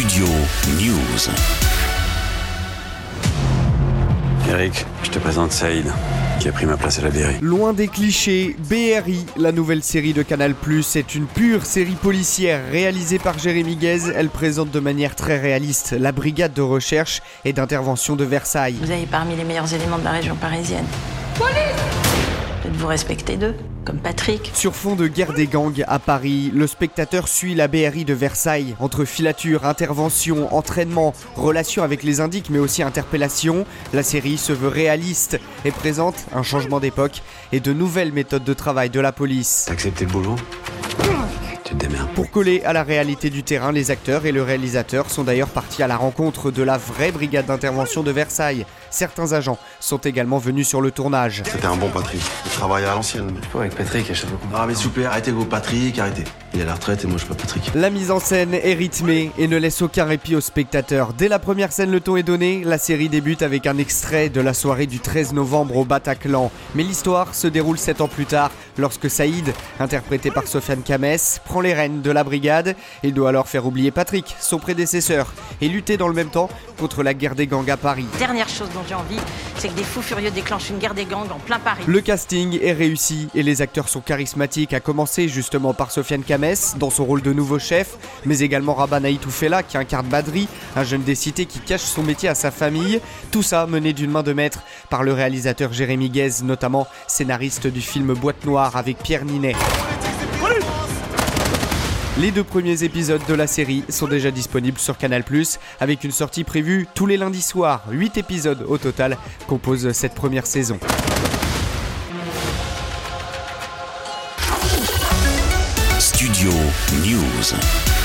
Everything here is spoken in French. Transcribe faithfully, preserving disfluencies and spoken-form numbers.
Studio News. Eric, je te présente Saïd, qui a pris ma place à la B R I. Loin des clichés, B R I, la nouvelle série de Canal plus, est une pure série policière réalisée par Jérémy Guez. Elle présente de manière très réaliste la brigade de recherche et d'intervention de Versailles. Vous avez parmi les meilleurs éléments de la région parisienne. Police ! Peut-être vous respectez d'eux, comme Patrick. Sur fond de guerre des gangs à Paris, le spectateur suit la B R I de Versailles. Entre filature, intervention, entraînement, relations avec les indiques mais aussi interpellation, la série se veut réaliste et présente un changement d'époque et de nouvelles méthodes de travail de la police. T'as accepté le boulot ? Tu te démerdes. Pour coller à la réalité du terrain, les acteurs et le réalisateur sont d'ailleurs partis à la rencontre de la vraie brigade d'intervention de Versailles. Certains agents sont également venus sur le tournage. C'était un bon Patrick, il travaillait à l'ancienne. Je sais pas, avec Patrick, à chaque fois qu'on... Ah mais s'il vous plaît, arrêtez vos Patrick, arrêtez. Il est à la retraite et moi je suis pas Patrick. La mise en scène est rythmée et ne laisse aucun répit aux spectateurs. Dès la première scène, le ton est donné. La série débute avec un extrait de la soirée du treize novembre au Bataclan. Mais l'histoire se déroule sept ans plus tard, lorsque Saïd, interprété par Sofiane Kamès, prend les rênes de la brigade. Il doit alors faire oublier Patrick, son prédécesseur, et lutter dans le même temps contre la guerre des gangs à Paris. Dernière chose dont j'ai envie, c'est que des fous furieux déclenchent une guerre des gangs en plein Paris. Le casting est réussi et les acteurs sont charismatiques, à commencer justement par Sofiane Kamès dans son rôle de nouveau chef, mais également Rabah Naïtoufela qui incarne Badri, un jeune des cités qui cache son métier à sa famille. Tout ça mené d'une main de maître par le réalisateur Jérémy Guez, notamment scénariste du film Boîte Noire avec Pierre Ninet. Les deux premiers épisodes de la série sont déjà disponibles sur Canal plus, avec une sortie prévue tous les lundis soirs. huit épisodes au total composent cette première saison. Studio News.